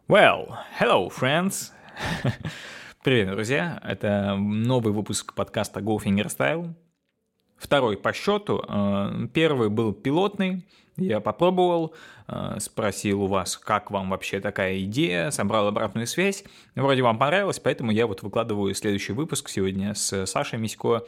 Well, hello, friends! Привет, друзья! Это новый выпуск подкаста Go Fingerstyle. Второй по счету. Первый был пилотный. Я попробовал, спросил у вас, как вам вообще такая идея, собрал обратную связь. Вроде вам понравилось, поэтому я вот выкладываю следующий выпуск сегодня с Сашей Мисько.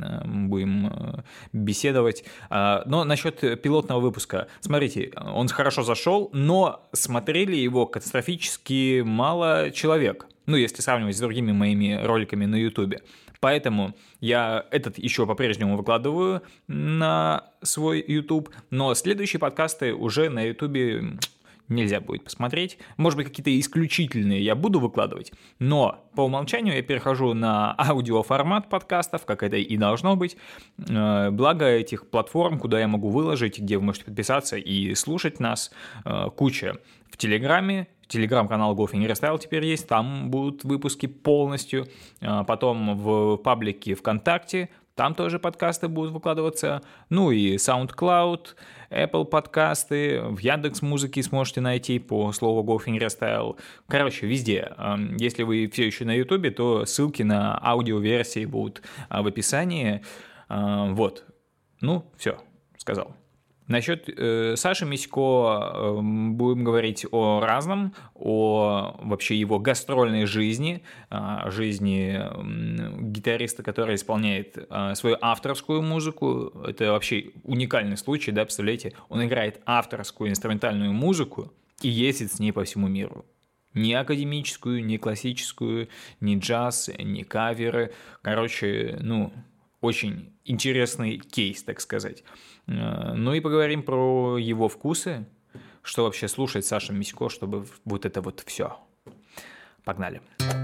Будем беседовать. Но насчет пилотного выпуска. Смотрите, он хорошо зашел, но смотрели его катастрофически мало человек. Ну, если сравнивать с другими моими роликами на YouTube. Поэтому я этот еще по-прежнему выкладываю на свой YouTube, но следующие подкасты уже на YouTube нельзя будет посмотреть. Может быть, какие-то исключительные я буду выкладывать, но по умолчанию я перехожу на аудиоформат подкастов, как это и должно быть. Благо этих платформ, куда я могу выложить, где вы можете подписаться и слушать нас, куча. В Телеграме, телеграм-канал Go Fingerstyle теперь есть, там будут выпуски полностью. Потом в паблике ВКонтакте, там тоже подкасты будут выкладываться. Ну и SoundCloud, Apple подкасты, в Яндекс.Музыке сможете найти по слову Go Fingerstyle. Короче, везде. Если вы все еще на YouTube, то ссылки на аудиоверсии будут в описании. Вот. Ну, все, сказал. Насчет Саши Мисько будем говорить о разном, о вообще его гастрольной жизни, жизни гитариста, который исполняет свою авторскую музыку. Это вообще уникальный случай, да, представляете? Он играет авторскую инструментальную музыку и ездит с ней по всему миру. Ни академическую, ни классическую, ни джаз, ни каверы. Короче, очень интересный кейс, так сказать. Ну и поговорим про его вкусы, что вообще слушать Саша Мисько, чтобы вот это вот все. Погнали.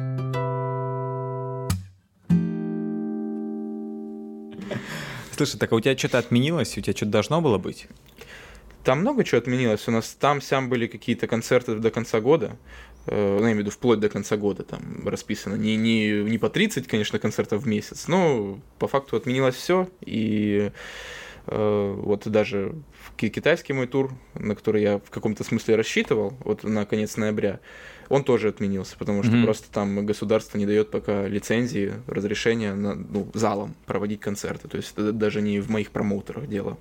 Слушай, так а у тебя что-то отменилось? У тебя что-то должно было быть? Там много чего отменилось. У нас там-сям были какие-то концерты до конца года. Я имею в виду вплоть до конца года там расписано. Не по 30, конечно, концертов в месяц, но по факту отменилось все. И вот даже китайский мой тур, на который я в каком-то смысле рассчитывал, вот на конец ноября, он тоже отменился, потому что просто там государство не дает пока лицензии, разрешения залам проводить концерты. То есть это даже не в моих промоутерах дело.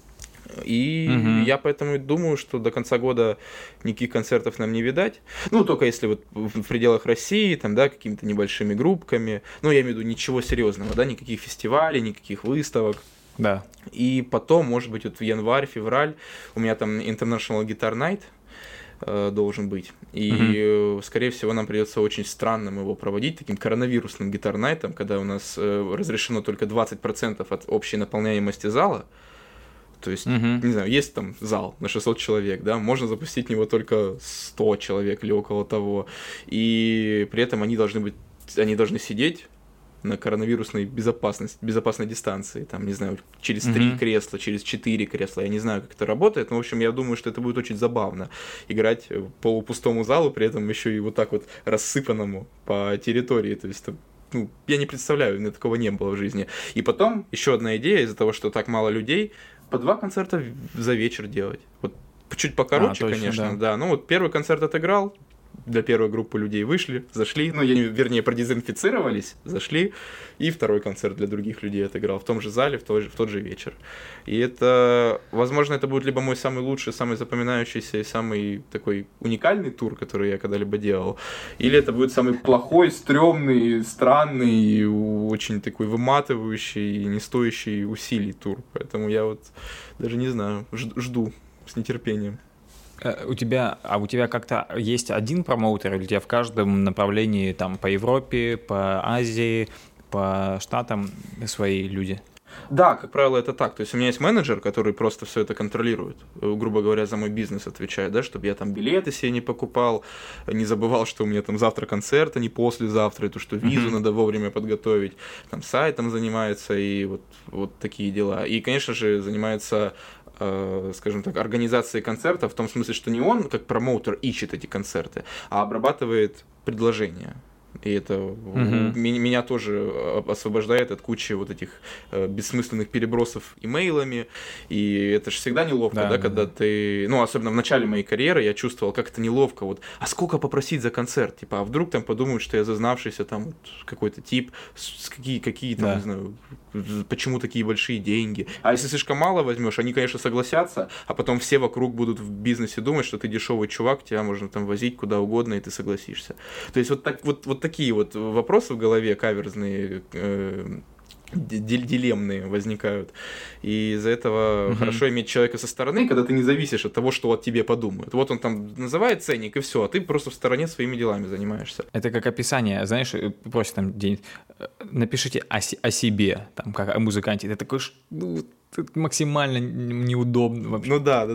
И я поэтому думаю, что до конца года никаких концертов нам не видать. Ну, только если вот в пределах России, там, да, какими-то небольшими группками. Ну, я имею в виду ничего серьезного, да, никаких фестивалей, никаких выставок. Да. И потом, может быть, вот в январь-февраль у меня там International Guitar Night должен быть. И, скорее всего, нам придется очень странным его проводить, таким коронавирусным гитар-найтом, когда у нас разрешено только 20% от общей наполняемости зала. То есть, не знаю, есть там зал на 600 человек, да, можно запустить в него только 100 человек или около того. И при этом они должны сидеть на коронавирусной безопасной дистанции, там, не знаю, через 3 кресла, через 4 кресла, я не знаю, как это работает, но, в общем, я думаю, что это будет очень забавно, играть полупустому залу, при этом еще и вот так вот рассыпанному по территории, то есть, я не представляю, у меня такого не было в жизни. И потом, еще одна идея, из-за того, что так мало людей, по 2 концерта за вечер делать, вот чуть покороче, точно, конечно, да, ну вот первый концерт отыграл, для первой группы людей вышли, зашли, продезинфицировались, зашли, и второй концерт для других людей отыграл в том же зале, в тот же вечер. И это, возможно, это будет либо мой самый лучший, самый запоминающийся и самый такой уникальный тур, который я когда-либо делал, или это будет самый плохой, стрёмный, странный, очень такой выматывающий и не стоящий усилий тур. Поэтому я вот даже не знаю, жду с нетерпением. У тебя как-то есть один промоутер, или у тебя в каждом направлении, там, по Европе, по Азии, по Штатам свои люди? Да, как правило, это так. То есть у меня есть менеджер, который просто все это контролирует, грубо говоря, за мой бизнес отвечает, да, чтобы я там билеты себе не покупал, не забывал, что у меня там завтра концерт, а не послезавтра, и то, что визу надо вовремя подготовить, там сайтом занимается и вот такие дела. И, конечно же, занимается, скажем так, организацией концертов в том смысле, что не он, как промоутер, ищет эти концерты, а обрабатывает предложения. И это меня тоже освобождает от кучи вот этих бессмысленных перебросов имейлами. И это же всегда неловко, когда ты... Ну, особенно в начале моей карьеры я чувствовал, как это неловко. Вот, а сколько попросить за концерт? Типа, а вдруг там подумают, что я зазнавшийся там вот, какой-то тип, какие там, не знаю, почему такие большие деньги. А если слишком мало возьмешь, они, конечно, согласятся, а потом все вокруг будут в бизнесе думать, что ты дешевый чувак, тебя можно там возить куда угодно, и ты согласишься. То есть вот такие вот вопросы в голове каверзные, дилеммные возникают. И из-за этого хорошо иметь человека со стороны, когда ты не зависишь от того, что от тебе подумают. Вот он там называет ценник, и все, а ты просто в стороне своими делами занимаешься. Это как описание, знаешь, просят там где-нибудь, напишите о себе, там, как о музыканте. Это такой максимально неудобно вообще. Ну да.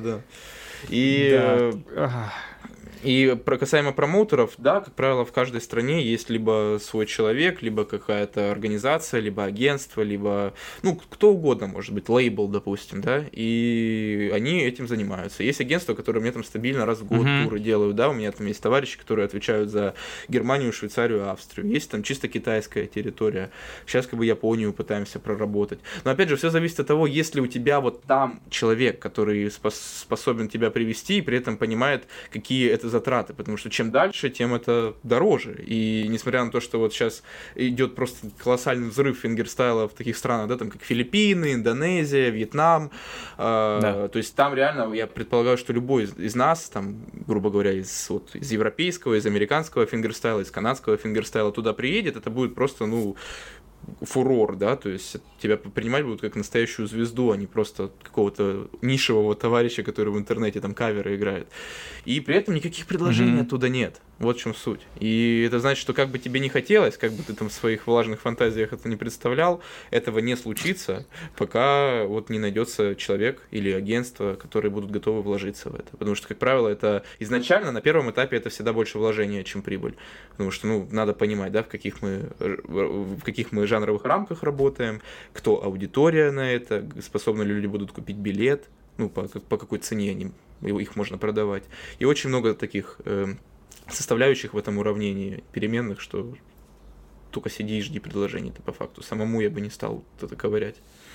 И касаемо промоутеров, да, как правило, в каждой стране есть либо свой человек, либо какая-то организация, либо агентство, либо, ну, кто угодно, может быть, лейбл, допустим, да, и они этим занимаются. Есть агентства, которые мне там стабильно раз в год туры делают, да, у меня там есть товарищи, которые отвечают за Германию, Швейцарию, Австрию. Есть там чисто китайская территория. Сейчас как бы Японию пытаемся проработать. Но опять же, все зависит от того, есть ли у тебя вот там человек, который способен тебя привести и при этом понимает, какие это затраты, потому что чем дальше, тем это дороже. И несмотря на то, что вот сейчас идет просто колоссальный взрыв фингерстайла в таких странах, да, там как Филиппины, Индонезия, Вьетнам, то есть там реально, я предполагаю, что любой из нас, там, грубо говоря, из европейского, из американского фингерстайла, из канадского фингерстайла туда приедет, это будет просто, ну, фурор, да, то есть тебя принимать будут как настоящую звезду, а не просто какого-то нишевого товарища, который в интернете там каверы играет. И при этом никаких предложений оттуда нет. Вот в чем суть. И это значит, что как бы тебе не хотелось, как бы ты там в своих влажных фантазиях это не представлял, этого не случится, пока вот не найдется человек или агентство, которые будут готовы вложиться в это. Потому что, как правило, это изначально на первом этапе это всегда больше вложения, чем прибыль. Потому что, ну, надо понимать, да, в каких мы жанровых рамках работаем, кто аудитория на это, способны ли люди будут купить билет, ну, по какой цене их можно продавать. И очень много таких составляющих в этом уравнении переменных, что только сиди и жди предложений-то по факту. Самому я бы не стал это ковырять.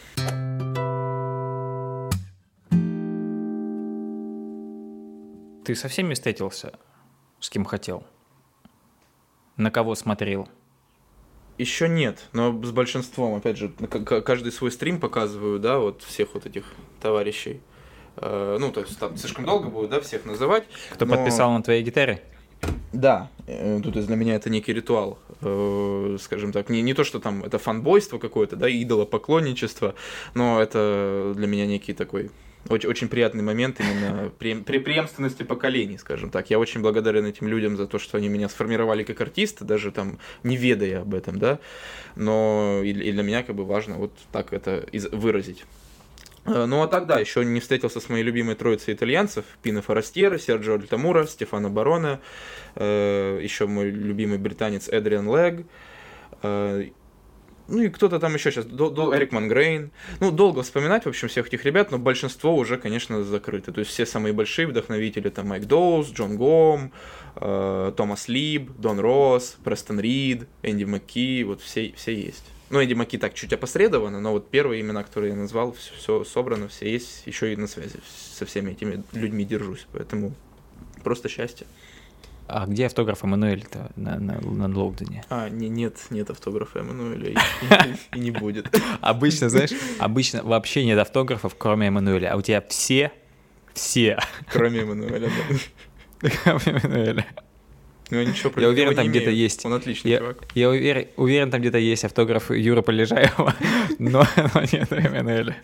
Ты со всеми встретился, с кем хотел? На кого смотрел? Еще нет, но с большинством, опять же, каждый свой стрим показываю, да, вот всех вот этих товарищей. Ну, то есть там слишком долго будет, да, всех называть. Кто подписал на твоей гитаре? Да, тут для меня это некий ритуал, скажем так, не то, что там это фанбойство какое-то, да, идолопоклонничество, но это для меня некий такой очень приятный момент именно при преемственности поколений, скажем так. Я очень благодарен этим людям за то, что они меня сформировали как артиста, даже там не ведая об этом, да, но и для меня как бы важно вот так это выразить. Ну а тогда еще не встретился с моей любимой троицей итальянцев: Пино Форастьеро, Серджио Альтамура, Стефано Бароне, еще мой любимый британец Эдриан Лэг, ну и кто-то там еще сейчас, Эрик Мангрейн. Ну, долго вспоминать, в общем, всех этих ребят, но большинство уже, конечно, закрыты. То есть все самые большие вдохновители, там Майк Доуз, Джон Гом, Томас Либ, Дон Росс, Престон Рид, Энди Макки, вот все есть. Ну, Энди Макки так чуть опосредованно, но вот первые имена, которые я назвал, все собрано, все есть, еще и на связи со всеми этими людьми держусь, поэтому просто счастье. А где автограф Эммануэля-то на Лоудоне? Нет автографа Эммануэля и не будет. Обычно, знаешь, вообще нет автографов, кроме Эммануэля, а у тебя все. Кроме Эммануэля, да. Кроме Эммануэля. Ну, ничего про я уверен, там где-то есть. Он отличный чувак. Я уверен, там где-то есть автограф Юры Полежаева, но нет Эммануэля.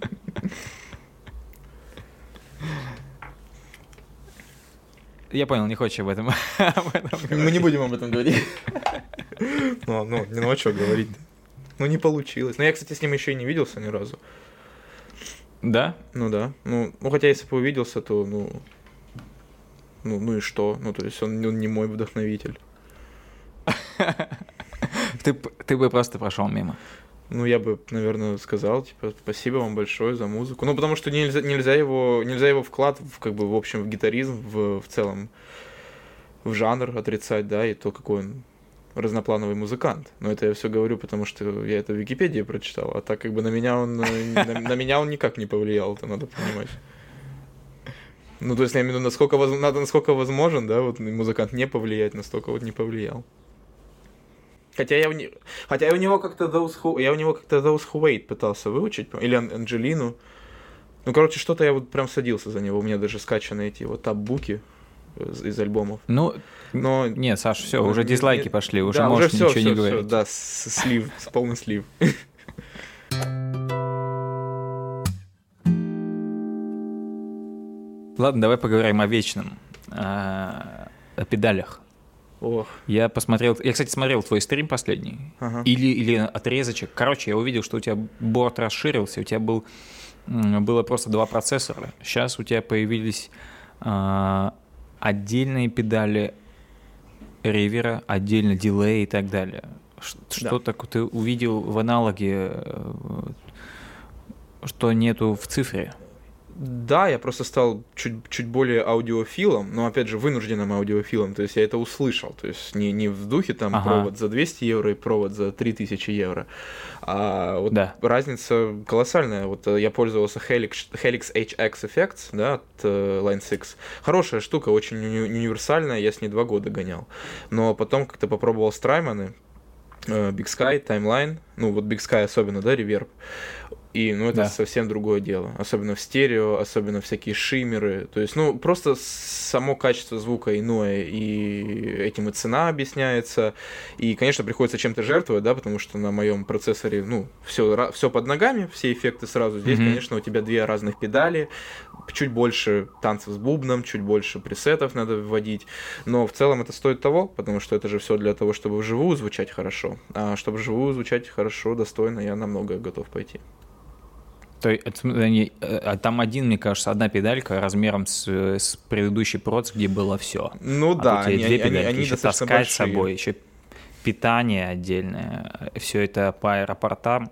Я понял, не хочешь об этом говорить. Мы не будем об этом говорить. Ну, а что говорить? Ну, не получилось. Но я, кстати, с ним еще и не виделся ни разу. Да? Ну, да. Ну, хотя, если бы увиделся, то, ну и что? Ну, то есть он не мой вдохновитель. Ты бы просто прошел мимо. Ну, я бы, наверное, сказал, типа, спасибо вам большое за музыку. Ну, потому что нельзя его вклад, в общем, в гитаризм, в целом, в жанр отрицать, да, и то, какой он разноплановый музыкант. Но это я все говорю, потому что я это в Википедии прочитал, а так как бы на меня он никак не повлиял, это надо понимать. Ну, то есть, я имею в виду, насколько возможен, да, вот музыкант не повлиять, настолько вот не повлиял. Хотя я у него как-то Those Who Wait пытался выучить, или Анджелину. Ну, короче, что-то я вот прям садился за него, у меня даже скачаны эти вот таб-буки из альбомов. Ну, но... Нет, Саш, все, уже дизлайки пошли, уже да, можешь уже ничего не говорить. Да, полный слив. Ладно, давай поговорим о вечном, о педалях. Ох. Я, кстати, смотрел твой стрим последний, или отрезочек. Короче, я увидел, что у тебя борт расширился, у тебя было просто 2 процессора. Сейчас у тебя появились отдельные педали ривера, отдельно дилей и так далее. Что такое ты увидел в аналоге, что нету в цифре? Да, я просто стал чуть более аудиофилом, но, опять же, вынужденным аудиофилом, то есть я это услышал, то есть не в духе там провод за 200 евро и провод за 3000 евро, а вот разница колоссальная. Вот я пользовался Helix HX Effects, да, от Line 6, хорошая штука, очень универсальная, я с ней 2 года гонял, но потом как-то попробовал Strymon, Big Sky, Timeline, ну вот Big Sky особенно, да, реверб. И, ну, это совсем другое дело. Особенно в стерео, особенно всякие шиммеры. То есть, ну, просто само качество звука иное, и этим и цена объясняется. И, конечно, приходится чем-то жертвовать, да, потому что на моем процессоре, ну, все под ногами, все эффекты сразу. Здесь, конечно, у тебя 2 разных педали, чуть больше танцев с бубном, чуть больше пресетов надо вводить. Но в целом это стоит того, потому что это же все для того, чтобы вживую звучать хорошо. А чтобы вживую звучать хорошо, достойно, я на многое готов пойти. То есть, там мне кажется, одна педалька размером с предыдущий проц, где было все. Ну да, они еще таскать большие. С собой, еще питание отдельное, все это по аэропортам.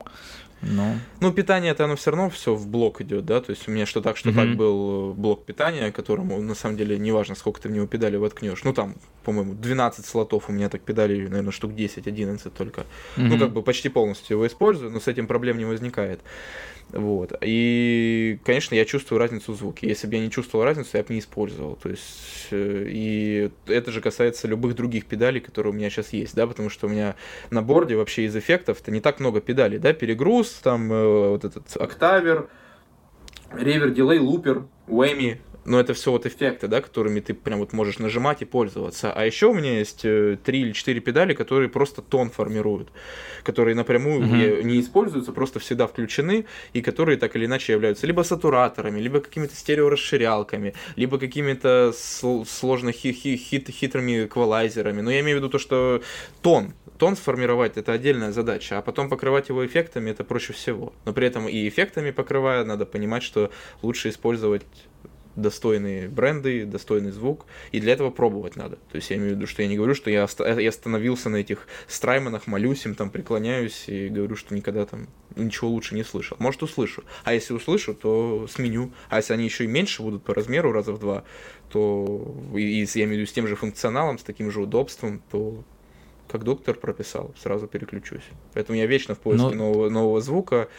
Ну, питание-то оно все равно все в блок идет, да, то есть у меня что так был блок питания, которому на самом деле не важно, сколько ты в него педали воткнешь. Ну, там, по-моему, 12 слотов, у меня так педалей, наверное, штук 10-11 только. Ну, как бы почти полностью его использую, но с этим проблем не возникает. Вот. И, конечно, я чувствую разницу в звуке. Если бы я не чувствовал разницу, я бы не использовал. То есть, и это же касается любых других педалей, которые у меня сейчас есть, да, потому что у меня на борде вообще из эффектов-то не так много педалей, да, перегруз, там вот этот октавер, ревер, дилей, лупер, уэми. Но это все вот эффекты, да, которыми ты прям вот можешь нажимать и пользоваться. А еще у меня есть 3 или 4 педали, которые просто тон формируют, которые напрямую не используются, просто всегда включены, и которые так или иначе являются либо сатураторами, либо какими-то стереорасширялками, либо какими-то сложно хитрыми эквалайзерами. Но я имею в виду то, что тон сформировать — это отдельная задача, а потом покрывать его эффектами — это проще всего. Но при этом и эффектами покрывая, надо понимать, что лучше использовать достойные бренды, достойный звук, и для этого пробовать надо. То есть я имею в виду, что я не говорю, что я остановился на этих Страйманах, молюсь им, там, преклоняюсь и говорю, что никогда там ничего лучше не слышал. Может, услышу. А если услышу, то сменю. А если они еще и меньше будут по размеру, раза в 2, то, и я имею в виду с тем же функционалом, с таким же удобством, то как доктор прописал, сразу переключусь. Поэтому я вечно в поиске нового звука,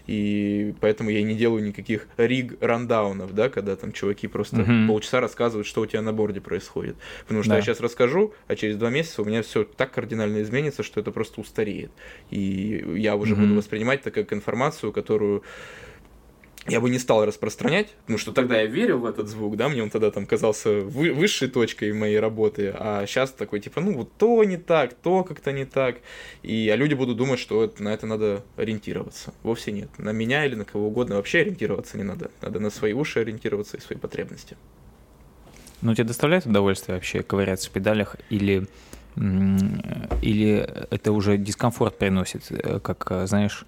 и поэтому я не делаю никаких риг-рандаунов, да, когда там чуваки просто полчаса рассказывают, что у тебя на борде происходит. Потому что я сейчас расскажу, а через 2 месяца у меня все так кардинально изменится, что это просто устареет. И я уже буду воспринимать это как информацию, которую я бы не стал распространять, потому что тогда я верил в этот звук, да, мне он тогда там казался высшей точкой моей работы, а сейчас такой, типа, ну, вот то не так, то как-то не так, а люди будут думать, что на это надо ориентироваться. Вовсе нет. На меня или на кого угодно вообще ориентироваться не надо. Надо на свои уши ориентироваться и свои потребности. Ну, тебе доставляет удовольствие вообще ковыряться в педалях, или это уже дискомфорт приносит, как, знаешь...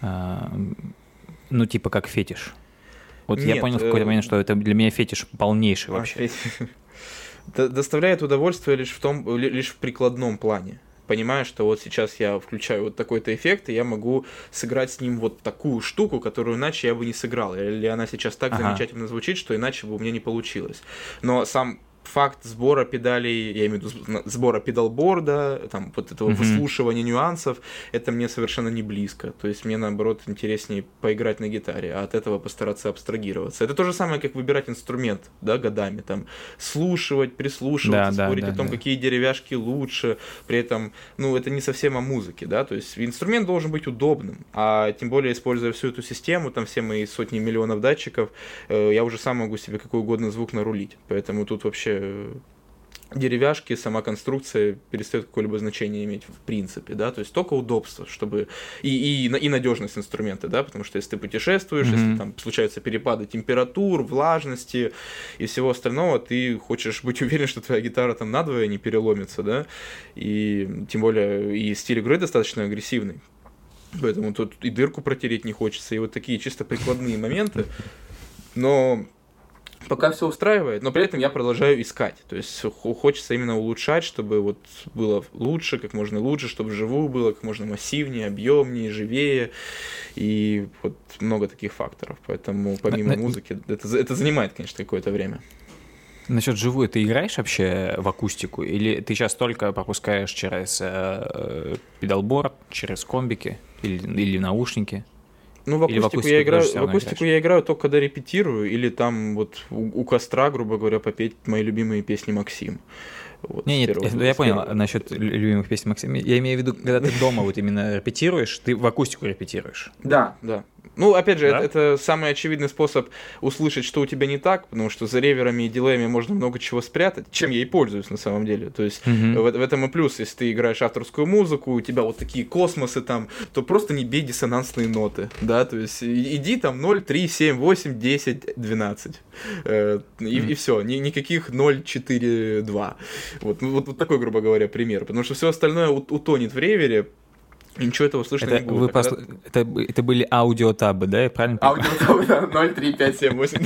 Ну, типа как фетиш. Вот нет, я понял в какой-то момент, что это для меня фетиш полнейший вообще. Доставляет удовольствие лишь в прикладном плане. Понимаю, что вот сейчас я включаю вот такой-то эффект, и я могу сыграть с ним вот такую штуку, которую иначе я бы не сыграл. Или она сейчас так замечательно звучит, что иначе бы у меня не получилось. Но сам факт сбора педалей, я имею в виду сбора педалборда, там вот этого выслушивания нюансов, это мне совершенно не близко. То есть мне, наоборот, интереснее поиграть на гитаре, а от этого постараться абстрагироваться. Это то же самое, как выбирать инструмент, да, годами, там, слушать, прислушиваться, спорить о том, какие деревяшки лучше, при этом, ну, это не совсем о музыке, да, то есть инструмент должен быть удобным, а тем более, используя всю эту систему, там, все мои сотни миллионов датчиков, я уже сам могу себе какой угодно звук нарулить, поэтому тут вообще деревяшки, сама конструкция перестает какое-либо значение иметь в принципе, да, то есть только удобство, чтобы и надежность инструмента, да, потому что если ты путешествуешь, если там случаются перепады температур, влажности и всего остального, ты хочешь быть уверен, что твоя гитара там надвое не переломится, да, и тем более и стиль игры достаточно агрессивный, поэтому тут и дырку протереть не хочется, и вот такие чисто прикладные моменты, но пока все устраивает, но при этом я продолжаю искать. То есть хочется именно улучшать, чтобы вот было лучше, как можно лучше, чтобы вживую было как можно массивнее, объемнее, живее. И вот много таких факторов. Поэтому помимо музыки это занимает, конечно, какое-то время. Насчет живую, ты играешь вообще в акустику? Или ты сейчас только пропускаешь через педалборд, через комбики или наушники? Ну, в акустику я играю только когда репетирую, или там вот у костра, грубо говоря, попеть мои любимые песни Максим. Вот, нет, я понял насчет любимых песен Максима. Я имею в виду, когда ты дома вот именно репетируешь, ты в акустику репетируешь. Да. Ну, опять же, это самый очевидный способ услышать, что у тебя не так, потому что за реверами и дилеями можно много чего спрятать, чем я и пользуюсь на самом деле. То есть в этом и плюс, если ты играешь авторскую музыку, у тебя вот такие космосы там, то просто не бей диссонансные ноты, да, то есть иди там 0, 3, 7, 8, 10, 12, и все, никаких 0, 4, 2. Вот такой, грубо говоря, пример, потому что все остальное утонет в ревере, и ничего этого слышно не будет. Это были аудиотабы, да? Я правильно понимаю? Аудиотабы, да, 0, 3, 5, 7, 8.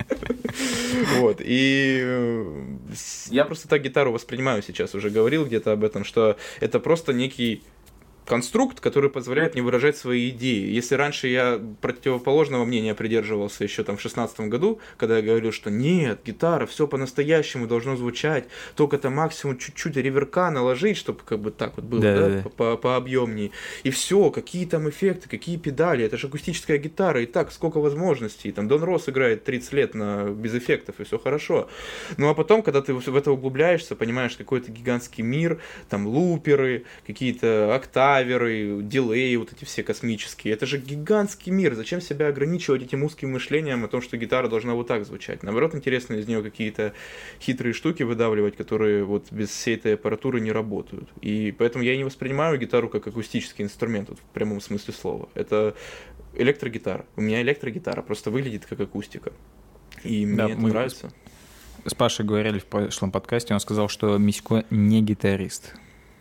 Вот, и я просто так гитару воспринимаю сейчас, уже говорил где-то об этом, что это просто некий конструкт, который позволяет мне выражать свои идеи. Если раньше я противоположного мнения придерживался еще там в 2016 году, когда я говорил, что нет, гитара, все по-настоящему должно звучать, только там максимум чуть-чуть реверка наложить, чтобы как бы так вот было, пообъемнее. И все, какие там эффекты, какие педали, это же акустическая гитара, и так сколько возможностей. Там Дон Росс играет 30 лет без эффектов, и все хорошо. Ну а потом, когда ты в это углубляешься, понимаешь, какой-то гигантский мир, там луперы, какие-то октавы, дилеи, вот эти все космические. Это же гигантский мир. Зачем себя ограничивать этим узким мышлением о том, что гитара должна вот так звучать? Наоборот, интересно из нее какие-то хитрые штуки выдавливать, которые вот без всей этой аппаратуры не работают. И поэтому я и не воспринимаю гитару как акустический инструмент, вот, в прямом смысле слова. Это электрогитара. У меня электрогитара просто выглядит как акустика. И мне это нравится. С Пашей говорили в прошлом подкасте, он сказал, что Митько не гитарист.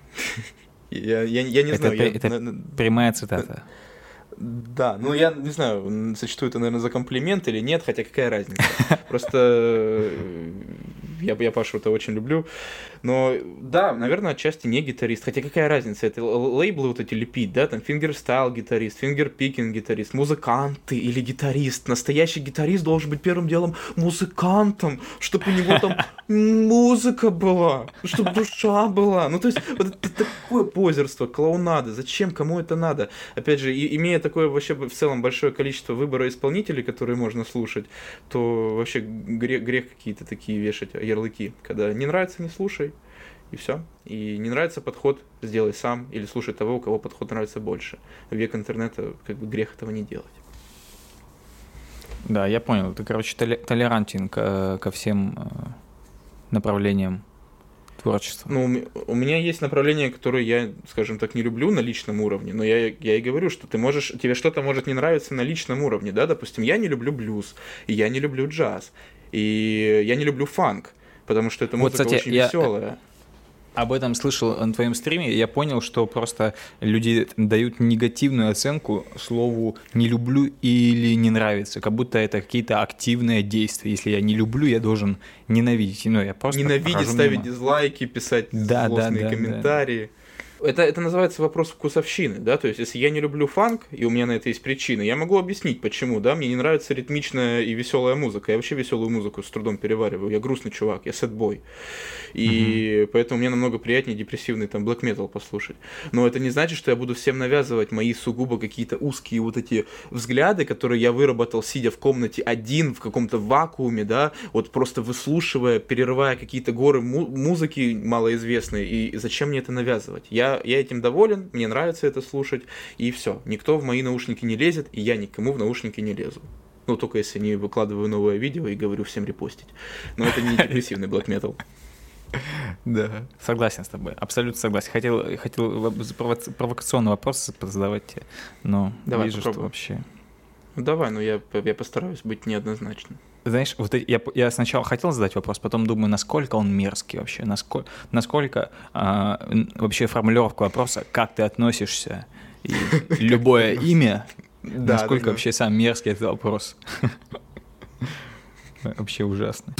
Я не знаю. Это прямая цитата. Да, ну я не знаю, сочту это, наверное, за комплимент или нет, хотя какая разница. Просто я Пашу-то очень люблю. Но да, наверное, отчасти не гитарист. Хотя какая разница, это лейблы вот эти лепить, да, там фингерстайл гитарист, фингерпикинг гитарист, музыканты или гитарист. Настоящий гитарист должен быть первым делом музыкантом, чтобы у него там музыка была, чтобы душа была. Ну, то есть, вот это такое позерство, клоунада. Зачем, кому это надо? Опять же, имея такое вообще в целом большое количество выбора исполнителей, которые можно слушать, то вообще грех какие-то такие вешать ярлыки. Когда не нравится, не слушай. И все. И не нравится подход, сделай сам, или слушай того, у кого подход нравится больше. В век интернета как бы грех этого не делать. Да, я понял. Ты, короче, толерантен ко всем направлениям творчества. Ну, у меня есть направления, которые я, скажем так, не люблю на личном уровне, но я и говорю, что тебе что-то может не нравиться на личном уровне, да, допустим, я не люблю блюз, и я не люблю джаз, и я не люблю фанк, потому что эта музыка вот, кстати, очень веселая. Об этом слышал на твоем стриме, и я понял, что просто люди дают негативную оценку слову «не люблю» или «не нравится», как будто это какие-то активные действия. Если я не люблю, я должен ненавидеть. Ну, я просто ненавидеть, ставить дизлайки, писать злостные комментарии. Это называется вопрос вкусовщины, да, то есть если я не люблю фанк, и у меня на это есть причины, я могу объяснить, почему, да, мне не нравится ритмичная и веселая музыка, я вообще веселую музыку с трудом перевариваю, я грустный чувак, я сэдбой, и поэтому мне намного приятнее депрессивный там black metal послушать, но это не значит, что я буду всем навязывать мои сугубо какие-то узкие вот эти взгляды, которые я выработал, сидя в комнате один, в каком-то вакууме, да, вот просто выслушивая, перерывая какие-то горы музыки малоизвестные, и зачем мне это навязывать? Я этим доволен, мне нравится это слушать, и все. Никто в мои наушники не лезет, и я никому в наушники не лезу. Ну, только если не выкладываю новое видео и говорю всем репостить. Но это не депрессивный black metal. Да, согласен с тобой, абсолютно согласен. Хотел провокационный вопрос задавать тебе, но давай, вижу, попробуй. Что вообще... Давай, но я постараюсь быть неоднозначным. Знаешь, вот я сначала хотел задать вопрос, потом думаю, насколько он мерзкий вообще, насколько вообще формулировка вопроса, как ты относишься, и любое имя, насколько вообще сам мерзкий этот вопрос. Вообще ужасно.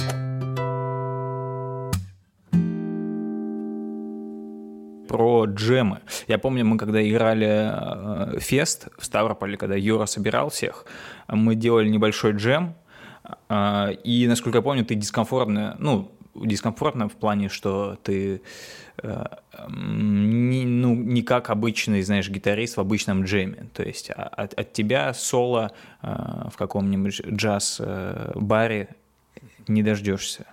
Про джемы. Я помню, мы когда играли фест в Ставрополе, когда Юра собирал всех, мы делали небольшой джем, и, насколько я помню, ты дискомфортно в плане, что ты не как обычный, знаешь, гитарист в обычном джеме. То есть от тебя соло в каком-нибудь джаз-баре не дождешься.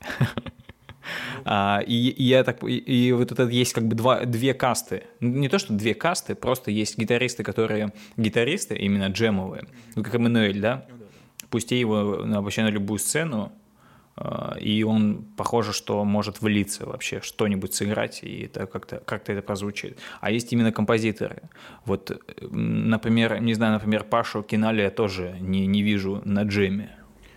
И вот это есть как бы две касты. Не то, что две касты, просто есть гитаристы, которые гитаристы, именно джемовые. Ну, как Эммануэль, да? Пусти его вообще на любую сцену, и он, похоже, что может влиться вообще, что-нибудь сыграть, и это как-то это прозвучит. А есть именно композиторы. Вот, например, не знаю, Пашу Кинали я тоже не вижу на джеме.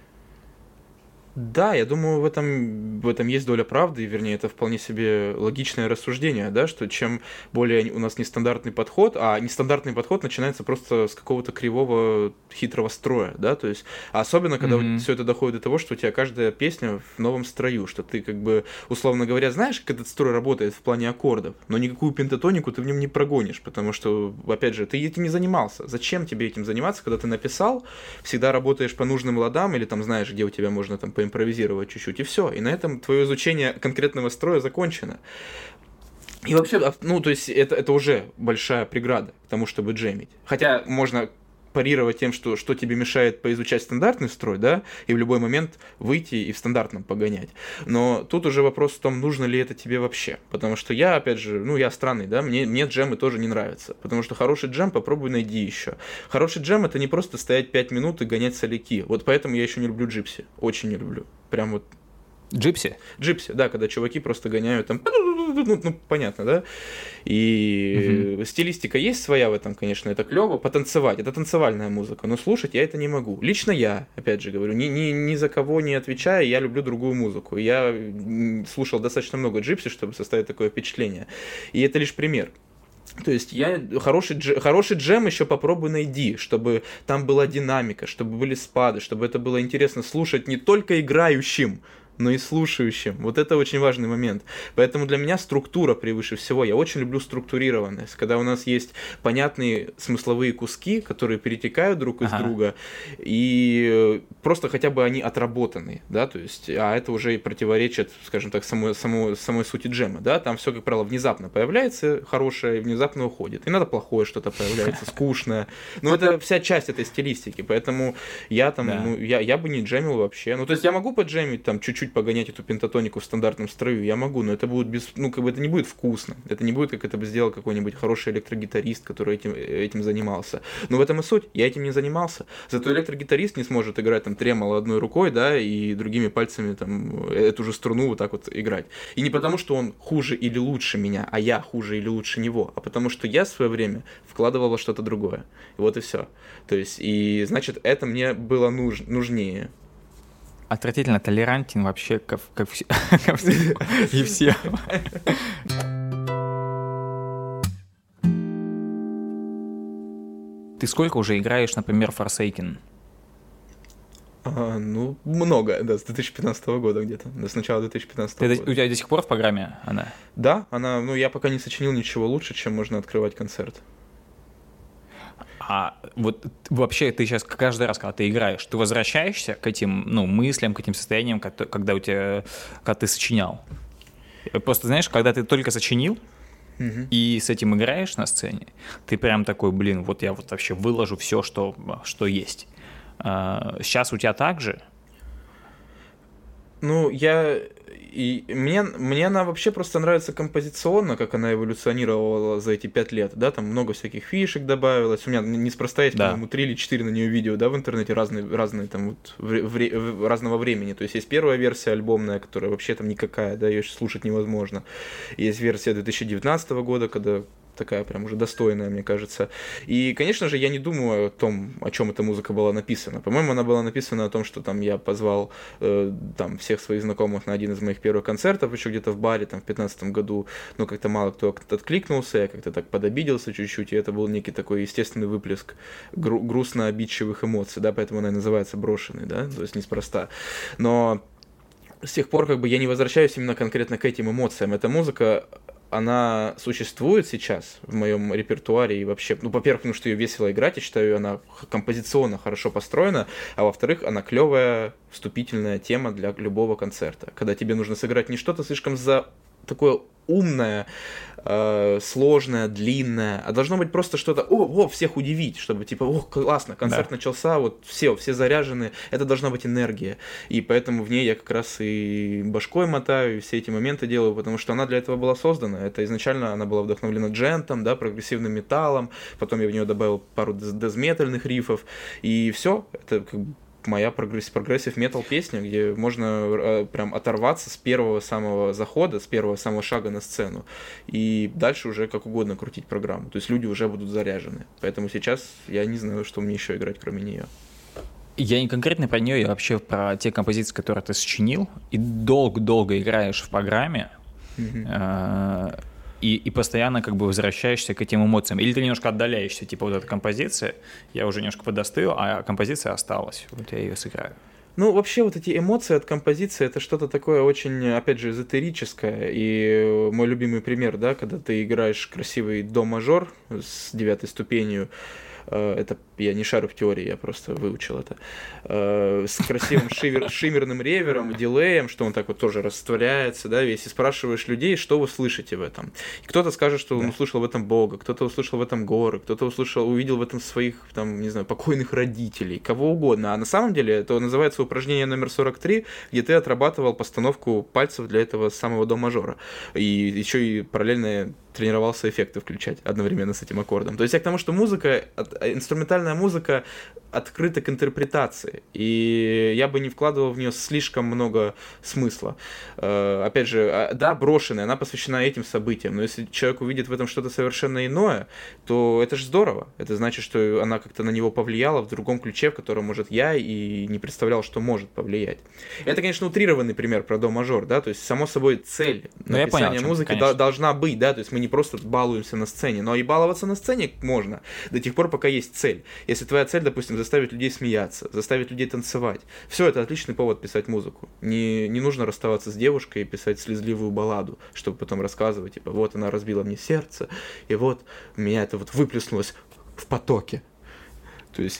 Да, я думаю, в этом есть доля правды, вернее, это вполне себе логичное рассуждение, да, что чем более у нас нестандартный подход, а нестандартный подход начинается просто с какого-то кривого, хитрого строя, да, то есть, особенно, когда все это доходит до того, что у тебя каждая песня в новом строю, что ты, как бы, условно говоря, знаешь, как этот строй работает в плане аккордов, но никакую пентатонику ты в нем не прогонишь, потому что, опять же, ты этим не занимался. Зачем тебе этим заниматься, когда ты написал, всегда работаешь по нужным ладам, или там знаешь, где у тебя можно там поимпровизировать чуть-чуть, и все. И на этом твое изучение конкретного строя закончено. И вообще, ну, то есть, это уже большая преграда к тому, чтобы джемить. Хотя можно парировать тем, что тебе мешает поизучать стандартный строй, да, и в любой момент выйти и в стандартном погонять. Но тут уже вопрос в том, нужно ли это тебе вообще. Потому что я, опять же, я странный, да, мне джемы тоже не нравятся. Потому что хороший джем попробуй найди еще. Хороший джем — это не просто стоять 5 минут и гонять соляки. Вот поэтому я еще не люблю джипси. Очень не люблю. Прям вот. Джипси? Джипси, да, когда чуваки просто гоняют там, понятно, да? И стилистика есть своя в этом, конечно, это клево. Потанцевать, это танцевальная музыка, но слушать я это не могу. Лично я, опять же говорю, ни за кого не отвечая, я люблю другую музыку. Я слушал достаточно много джипси, чтобы составить такое впечатление. И это лишь пример. То есть хороший джем еще попробуй найди, чтобы там была динамика, чтобы были спады, чтобы это было интересно слушать не только играющим, но и слушающим. Вот это очень важный момент. Поэтому для меня структура превыше всего. Я очень люблю структурированность, когда у нас есть понятные смысловые куски, которые перетекают друг из друга, и просто хотя бы они отработаны, да, то есть, а это уже и противоречит, скажем так, самой сути джема, да, там все, как правило, внезапно появляется хорошее и внезапно уходит. Иногда плохое что-то появляется, скучное. Но это вся часть этой стилистики, поэтому я там, я бы не джемил вообще. Ну, то есть я могу поджемить там чуть-чуть погонять эту пентатонику в стандартном строю, я могу, но это будет это не будет вкусно. Это не будет, как это бы сделал какой-нибудь хороший электрогитарист, который этим занимался. Но в этом и суть. Я этим не занимался. Зато электрогитарист не сможет играть там тремоло одной рукой, да, и другими пальцами там эту же струну вот так вот играть. И не потому, что он хуже или лучше меня, а я хуже или лучше него, а потому что я в свое время вкладывал во что-то другое. И вот и все. То есть, и значит, это мне было нужнее. Отвратительно толерантен вообще ко всем и всем. Ты сколько уже играешь, например, Forsaken? Ну, много, да, с 2015 года где-то, с начала 2015 года. У тебя до сих пор в программе она? Да, она, ну, я пока не сочинил ничего лучше, чем можно открывать концерт. А вот вообще ты сейчас каждый раз, когда ты играешь, ты возвращаешься к этим, ну, мыслям, к этим состояниям, когда ты сочинял? Просто, знаешь, когда ты только сочинил, и с этим играешь на сцене, ты прям такой, блин, вот я вот вообще выложу все, что есть. Сейчас у тебя так же? Ну, мне она вообще просто нравится композиционно, как она эволюционировала за эти 5 лет, да, там много всяких фишек добавилось, у меня неспроста есть, по-моему, 3 или 4 на нее видео, да, в интернете, разные там вот разного времени, то есть есть первая версия альбомная, которая вообще там никакая, да, ее слушать невозможно, есть версия 2019 года, когда такая прям уже достойная, мне кажется. И, конечно же, я не думаю о том, о чем эта музыка была написана. По-моему, она была написана о том, что там я позвал там всех своих знакомых на один из моих первых концертов, еще где-то в баре, там, в 2015 году, но как-то мало кто откликнулся, я как-то так подобиделся чуть-чуть, и это был некий такой естественный выплеск грустно-обидчивых эмоций, да, поэтому она и называется «Брошенный», да, то есть неспроста. Но с тех пор как бы я не возвращаюсь именно конкретно к этим эмоциям. Эта музыка, она существует сейчас в моем репертуаре и вообще, ну, во-первых, потому что ее весело играть, я считаю, она композиционно хорошо построена, а во-вторых, она клевая вступительная тема для любого концерта, когда тебе нужно сыграть не что-то слишком такое умное, сложное, длинное, а должно быть просто что-то, всех удивить, чтобы типа, классно, концерт начался, вот все заряжены, это должна быть энергия, и поэтому в ней я как раз и башкой мотаю, и все эти моменты делаю, потому что она для этого была создана, это изначально она была вдохновлена джентом, да, прогрессивным металлом, потом я в нее добавил пару дезметальных рифов, и все, это как бы моя прогрессив метал песня, где можно прям оторваться с первого самого захода, с первого самого шага на сцену, и дальше уже как угодно крутить программу. То есть люди уже будут заряжены. Поэтому сейчас я не знаю, что мне еще играть, кроме нее. Я не конкретно про нее, я вообще про те композиции, которые ты сочинил, и долго-долго играешь в программе, и постоянно как бы возвращаешься к этим эмоциям. Или ты немножко отдаляешься, типа вот эта композиция, я уже немножко подостыл, а композиция осталась, вот я ее сыграю. Ну, вообще, вот эти эмоции от композиции, это что-то такое очень, опять же, эзотерическое. И мой любимый пример, да, когда ты играешь красивый до-мажор с 9-й ступенью, это я не шарю в теории, я просто выучил это, с красивым шиммерным ревером, дилеем, что он так вот тоже растворяется, да, весь, и спрашиваешь людей, что вы слышите в этом. И кто-то скажет, что он услышал в этом Бога, кто-то услышал в этом горы, кто-то увидел в этом своих, там, не знаю, покойных родителей, кого угодно. А на самом деле это называется упражнение номер 43, где ты отрабатывал постановку пальцев для этого самого до-мажора. И еще и параллельно тренировался эффекты включать одновременно с этим аккордом. То есть я к тому, что музыка, инструментальная музыка открыта к интерпретации, и я бы не вкладывал в нее слишком много смысла. Опять же, да, брошенная, она посвящена этим событиям, но если человек увидит в этом что-то совершенно иное, то это же здорово. Это значит, что она как-то на него повлияла в другом ключе, в котором, может, я и не представлял, что может повлиять. Это, конечно, утрированный пример про до-мажор, да, то есть, само собой, цель написания музыки должна быть, да, то есть мы не просто балуемся на сцене, но и баловаться на сцене можно до тех пор, пока есть цель. Если твоя цель, допустим, заставить людей смеяться, заставить людей танцевать, все, это отличный повод писать музыку. Не нужно расставаться с девушкой и писать слезливую балладу, чтобы потом рассказывать, типа, вот она разбила мне сердце, и вот у меня это вот выплеснулось в потоке. То есть,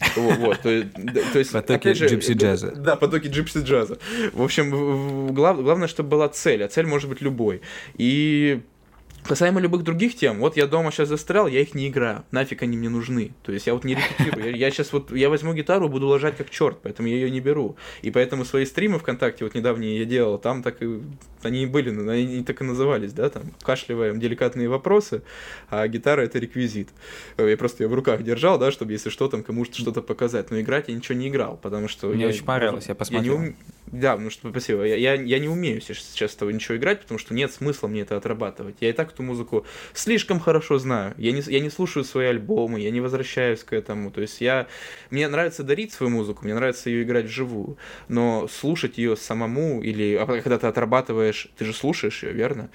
то есть потоки джипси джаза. Да, потоки джипси джаза. В общем, главное, чтобы была цель, а цель может быть любой. И касаемо любых других тем, вот я дома сейчас застрял, я их не играю, нафиг они мне нужны. То есть я вот не репетирую, я сейчас вот, я возьму гитару, буду ложать как черт, поэтому я ее не беру. И поэтому свои стримы ВКонтакте, вот недавние я делал, там так и, они были, они так и назывались, да, там, кашливаем деликатные вопросы, а гитара это реквизит. Я просто ее в руках держал, да, чтобы, если что, там, кому-то что-то показать, но играть я ничего не играл, потому что... Мне очень понравилось, я посмотрел. Да, ну что, спасибо. Я не умею сейчас этого ничего играть, потому что нет смысла мне это отрабатывать. Я и так эту музыку слишком хорошо знаю. Я не слушаю свои альбомы, я не возвращаюсь к этому. То есть мне нравится дарить свою музыку, мне нравится ее играть вживую. Но слушать ее самому, или когда ты отрабатываешь, ты же слушаешь ее, верно?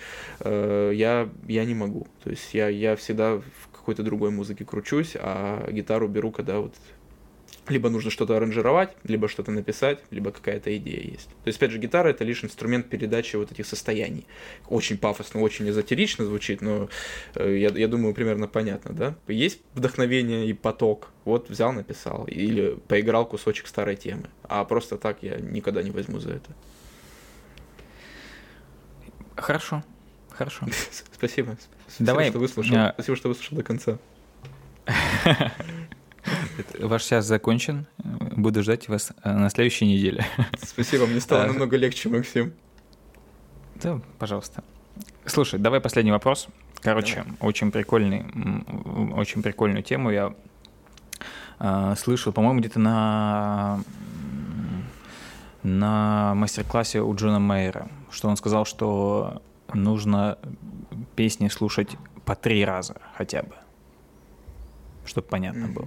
Я не могу. То есть я всегда в какой-то другой музыке кручусь, а гитару беру, когда вот Либо нужно что-то аранжировать, либо что-то написать, либо какая-то идея есть. То есть, опять же, гитара — это лишь инструмент передачи вот этих состояний. Очень пафосно, очень эзотерично звучит, но я думаю, примерно понятно, да? Есть вдохновение и поток, вот взял, написал, или поиграл кусочек старой темы. А просто так я никогда не возьму за это. Хорошо. Спасибо. Давай. Спасибо, что выслушал до конца. Ваш час закончен. Буду ждать вас на следующей неделе. Спасибо, мне стало намного легче, Максим. Да, пожалуйста. Слушай, давай последний вопрос. Короче, очень прикольную тему я слышал, по-моему, где-то на мастер-классе у Джона Мейера, что он сказал, что нужно песни слушать по 3 раза хотя бы, чтобы понятно было.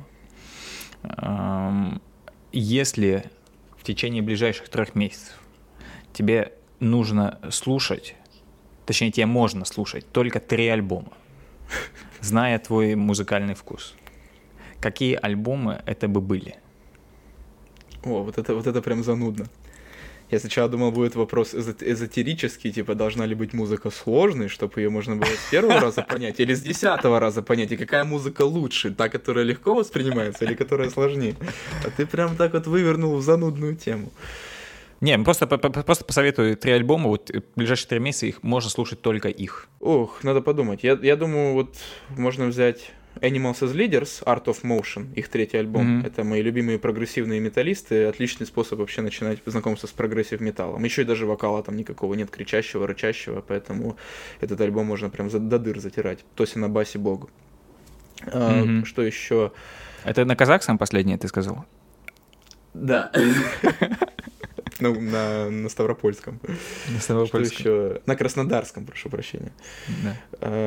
Если в течение ближайших 3 месяцев тебе нужно слушать, точнее, тебе можно слушать только 3 альбома, зная твой музыкальный вкус, какие альбомы это бы были? О, вот это прям занудно. Я сначала думал, будет вопрос эзотерический, типа, должна ли быть музыка сложной, чтобы ее можно было с 1-го раза понять, или с 10-го раза понять, и какая музыка лучше, та, которая легко воспринимается, или которая сложнее. А ты прям так вот вывернул в занудную тему. Не, просто посоветую 3 альбома, вот в ближайшие 3 месяца их можно слушать только их. Ох, надо подумать. Я думаю, вот можно взять Animals as Leaders, Art of Motion, их 3-й альбом. Это мои любимые прогрессивные металлисты, отличный способ вообще начинать знакомство с прогрессив-металлом. Еще и даже вокала там никакого нет, кричащего, рычащего, поэтому этот альбом можно прям до дыр затирать. Тося на басе богу. Что еще? Это на казахском последнее ты сказал? Да. На Ставропольском. На Ставропольском. Что еще? На Краснодарском, прошу прощения. Да.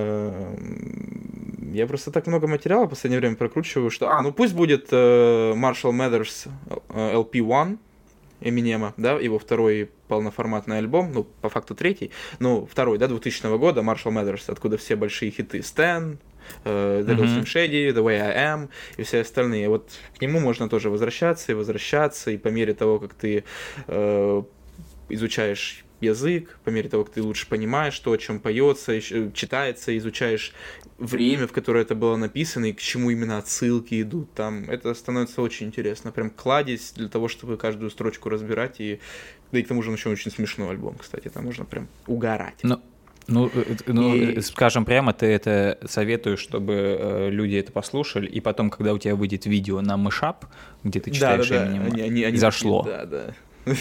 Я просто так много материала в последнее время прокручиваю, что... ну пусть будет Marshall Mathers LP1 Эминема, да, его 2-й полноформатный альбом, ну, по факту 3-й, ну, 2-й, да, 2000 года, Marshall Mathers, откуда все большие хиты Stan, The Little Slim Shady, The Way I Am и все остальные. Вот к нему можно тоже возвращаться, и по мере того, как ты изучаешь язык, по мере того, как ты лучше понимаешь то, о чем поется, читается, изучаешь время, в которое это было написано, и к чему именно отсылки идут там. Это становится очень интересно. Прям кладезь для того, чтобы каждую строчку разбирать. Да и к тому же он еще очень смешной альбом, кстати. Там можно прям угорать. Скажем прямо, ты это советуешь, чтобы люди это послушали, и потом, когда у тебя выйдет видео на Mashup, где ты читаешь Eminem, зашло. Да.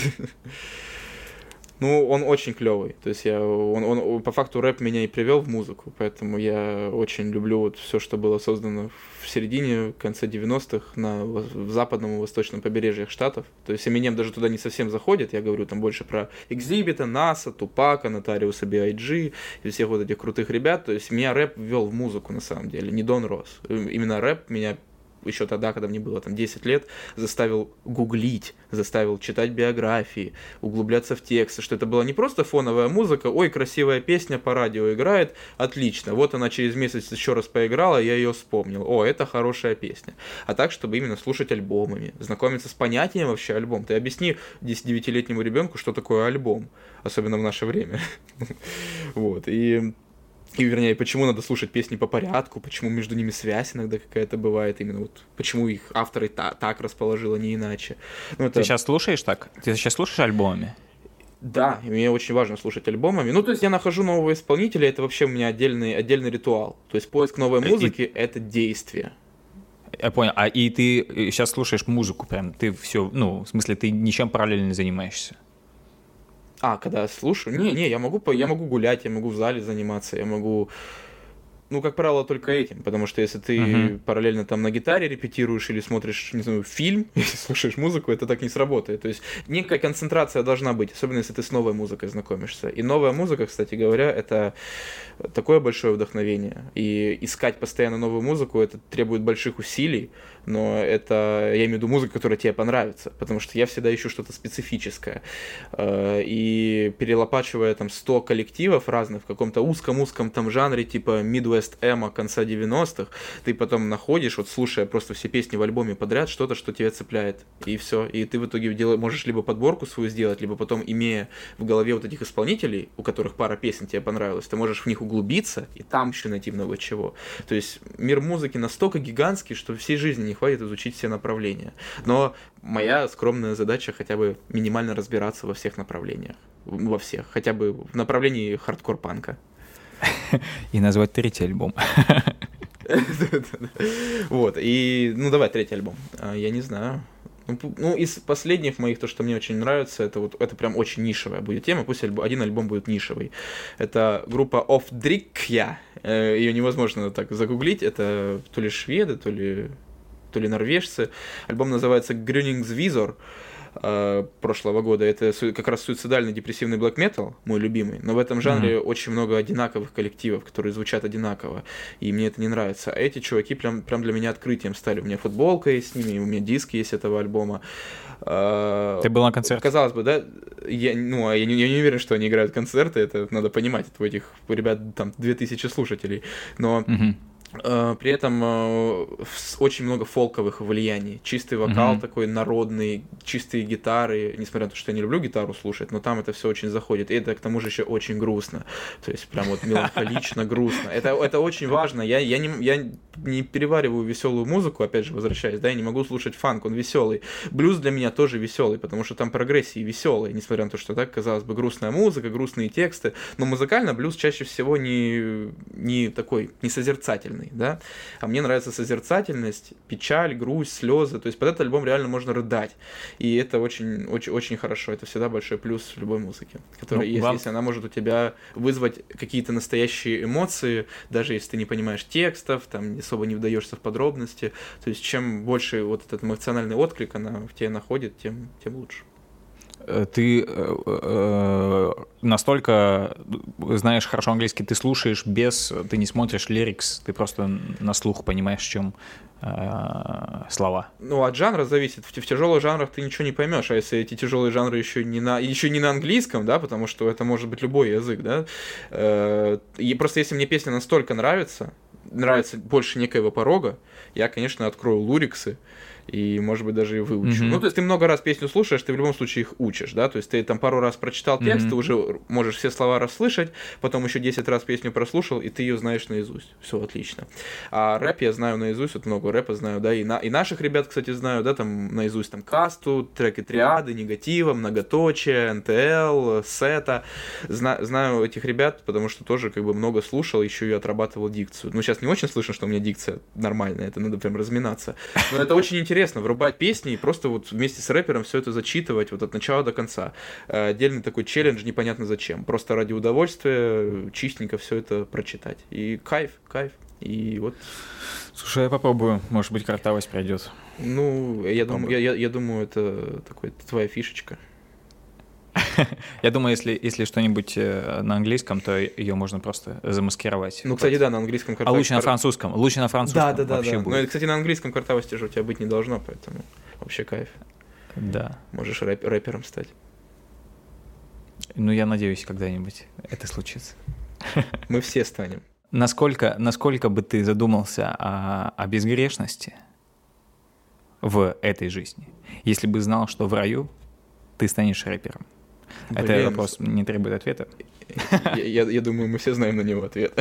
Ну, он очень клевый. То есть он по факту рэп меня и привел в музыку, поэтому я очень люблю вот все, что было создано в середине, конце 90-х в западном и восточном побережьях Штатов. То есть Eminem даже туда не совсем заходит, я говорю там больше про Exhibit, NASA, Тупака, Notorious B.I.G. и всех вот этих крутых ребят. То есть меня рэп ввел в музыку на самом деле, не Дон Росс. Именно рэп меня еще тогда, когда мне было там 10 лет, заставил гуглить, заставил читать биографии, углубляться в тексты, что это была не просто фоновая музыка, ой, красивая песня по радио играет, отлично, вот она через месяц еще раз поиграла, я ее вспомнил, о, это хорошая песня. А так, чтобы именно слушать альбомами, знакомиться с понятием вообще альбом. Ты объясни 9-летнему ребенку, что такое альбом, особенно в наше время. Вот, вернее, почему надо слушать песни по порядку, почему между ними связь иногда какая-то бывает, именно вот почему их авторы так расположил, а не иначе. Ты сейчас слушаешь так? Ты сейчас слушаешь альбомами? Да, и мне очень важно слушать альбомами. Ну, то есть я нахожу нового исполнителя, это вообще у меня отдельный ритуал. То есть поиск новой музыки — это действие. Я понял. И ты сейчас слушаешь музыку прям, ты все, ну, в смысле, ты ничем параллельно не занимаешься? Когда слушаю? Не, я могу гулять, я могу в зале заниматься, я могу... Ну, как правило, только этим, потому что если ты параллельно там на гитаре репетируешь или смотришь, не знаю, фильм, если слушаешь музыку, это так не сработает. То есть некая концентрация должна быть, особенно если ты с новой музыкой знакомишься. И новая музыка, кстати говоря, это такое большое вдохновение. И искать постоянно новую музыку, это требует больших усилий, но это, я имею в виду музыку, которая тебе понравится, потому что я всегда ищу что-то специфическое. И перелопачивая там 100 коллективов разных в каком-то узком там жанре, типа Midwest West Эмо конца 90-х, ты потом находишь, вот слушая просто все песни в альбоме подряд, что-то, что тебя цепляет, и все. И ты в итоге можешь либо подборку свою сделать, либо потом, имея в голове вот этих исполнителей, у которых пара песен тебе понравилась, ты можешь в них углубиться и там еще найти много чего. То есть мир музыки настолько гигантский, что всей жизни не хватит изучить все направления. Но моя скромная задача хотя бы минимально разбираться во всех направлениях. Во всех. Хотя бы в направлении хардкор-панка. И назвать третий альбом. Вот. И, ну, давай третий альбом. Я не знаю. Ну, из последних моих, то, что мне очень нравится, это прям очень нишевая будет тема, пусть один альбом будет нишевый. Это группа Офдрикья, ее невозможно так загуглить, это то ли шведы, то ли норвежцы. Альбом называется Gröningsvisor прошлого года. Это как раз суицидальный депрессивный black metal, мой любимый, но в этом жанре очень много одинаковых коллективов, которые звучат одинаково, и мне это не нравится. А эти чуваки прям для меня открытием стали. У меня футболка есть с ними, у меня диски есть этого альбома. Ты был на концерте? Казалось бы, да? Я не уверен, что они играют концерты, это надо понимать, это у этих ребят там 2000 слушателей, но при этом очень много фолковых влияний. Чистый вокал такой народный, чистые гитары. Несмотря на то, что я не люблю гитару слушать, но там это все очень заходит. И это к тому же еще очень грустно. То есть прям вот меланхолично, грустно. Это очень важно. Я не перевариваю веселую музыку, опять же, возвращаясь, да, я не могу слушать фанк, он веселый. Блюз для меня тоже веселый, потому что там прогрессии веселые, несмотря на то, что так, казалось бы, грустная музыка, грустные тексты. Но музыкально блюз чаще всего не такой, не созерцательный. Да? А мне нравится созерцательность, печаль, грусть, слезы. То есть под этот альбом реально можно рыдать. И это очень, очень, очень хорошо. Это всегда большой плюс в любой музыке, которая есть, если она может у тебя вызвать какие-то настоящие эмоции, даже если ты не понимаешь текстов, там особо не вдаешься в подробности. То есть чем больше вот этот эмоциональный отклик она в тебе находит, тем лучше. Ты настолько знаешь хорошо английский, ты слушаешь ты не смотришь лирикс, ты просто на слух понимаешь, в чем слова. Ну, от жанра зависит. В тяжелых жанрах ты ничего не поймешь, а если эти тяжелые жанры еще не на английском, да, потому что это может быть любой язык, да. И просто если мне песня настолько нравится больше некоего порога, я, конечно, открою луриксы и, может быть, даже и выучу. Ну, то есть ты много раз песню слушаешь, ты в любом случае их учишь, да, то есть ты там пару раз прочитал текст, ты уже можешь все слова расслышать, потом еще 10 раз песню прослушал, и ты ее знаешь наизусть. Все отлично. А рэп я знаю наизусть, вот много рэпа знаю, да, и наших ребят, кстати, знаю, да, там наизусть там Касту, треки Триады, Негатива, Многоточие, НТЛ, Сета. Знаю этих ребят, потому что тоже как бы много слушал, еще и отрабатывал дикцию. Ну, сейчас не очень слышно, что у меня дикция нормальная, это надо прям разминаться. Но это очень интересно, врубать песни и просто вот вместе с рэпером все это зачитывать вот от начала до конца. Отдельный такой челлендж, непонятно зачем. Просто ради удовольствия чистенько все это прочитать. И кайф. И вот. Слушай, я попробую, может быть, картавость пройдет. Ну, я думаю, это твоя фишечка. Я думаю, если что-нибудь на английском, то ее можно просто замаскировать. Ну, кстати, да, на английском картавости. А лучше на французском. Да. Вообще будет. Ну, кстати, на английском картавости же у тебя быть не должно, поэтому вообще кайф. Да. Можешь рэпером стать. Ну, я надеюсь, когда-нибудь это случится. Мы все станем. Насколько бы ты задумался о безгрешности в этой жизни, если бы знал, что в раю ты станешь рэпером? Это вопрос не требует ответа. Я думаю, мы все знаем на него ответ.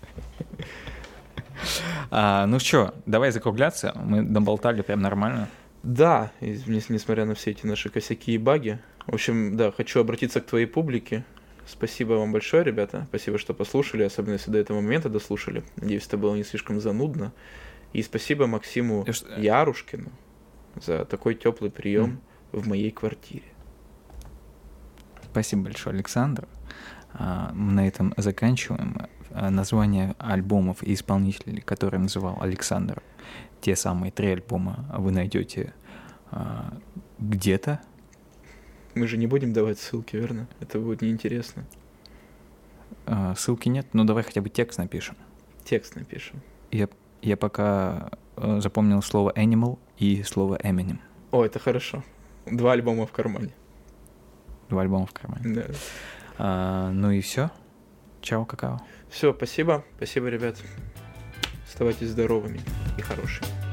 Ну что, давай закругляться. Мы доболтали прям нормально. Да, несмотря на все эти наши косяки и баги. В общем, да, хочу обратиться к твоей публике. Спасибо вам большое, ребята. Спасибо, что послушали, особенно если до этого момента дослушали. Надеюсь, это было не слишком занудно. И спасибо Максиму Ярушкину за такой теплый прием в моей квартире. Спасибо большое, Александр. Мы на этом заканчиваем. Название альбомов и исполнителей, которые называл Александр, те самые 3 альбома вы найдете где-то. Мы же не будем давать ссылки, верно? Это будет неинтересно. Ссылки нет, но давай хотя бы текст напишем. Текст напишем. Я пока запомнил слово Animal и слово Eminem. О, это хорошо. 2 альбома в кармане. 2 альбома в кармане. Да. Ну и все. Чао, какао. Все, спасибо. Спасибо, ребят. Оставайтесь здоровыми и хорошими.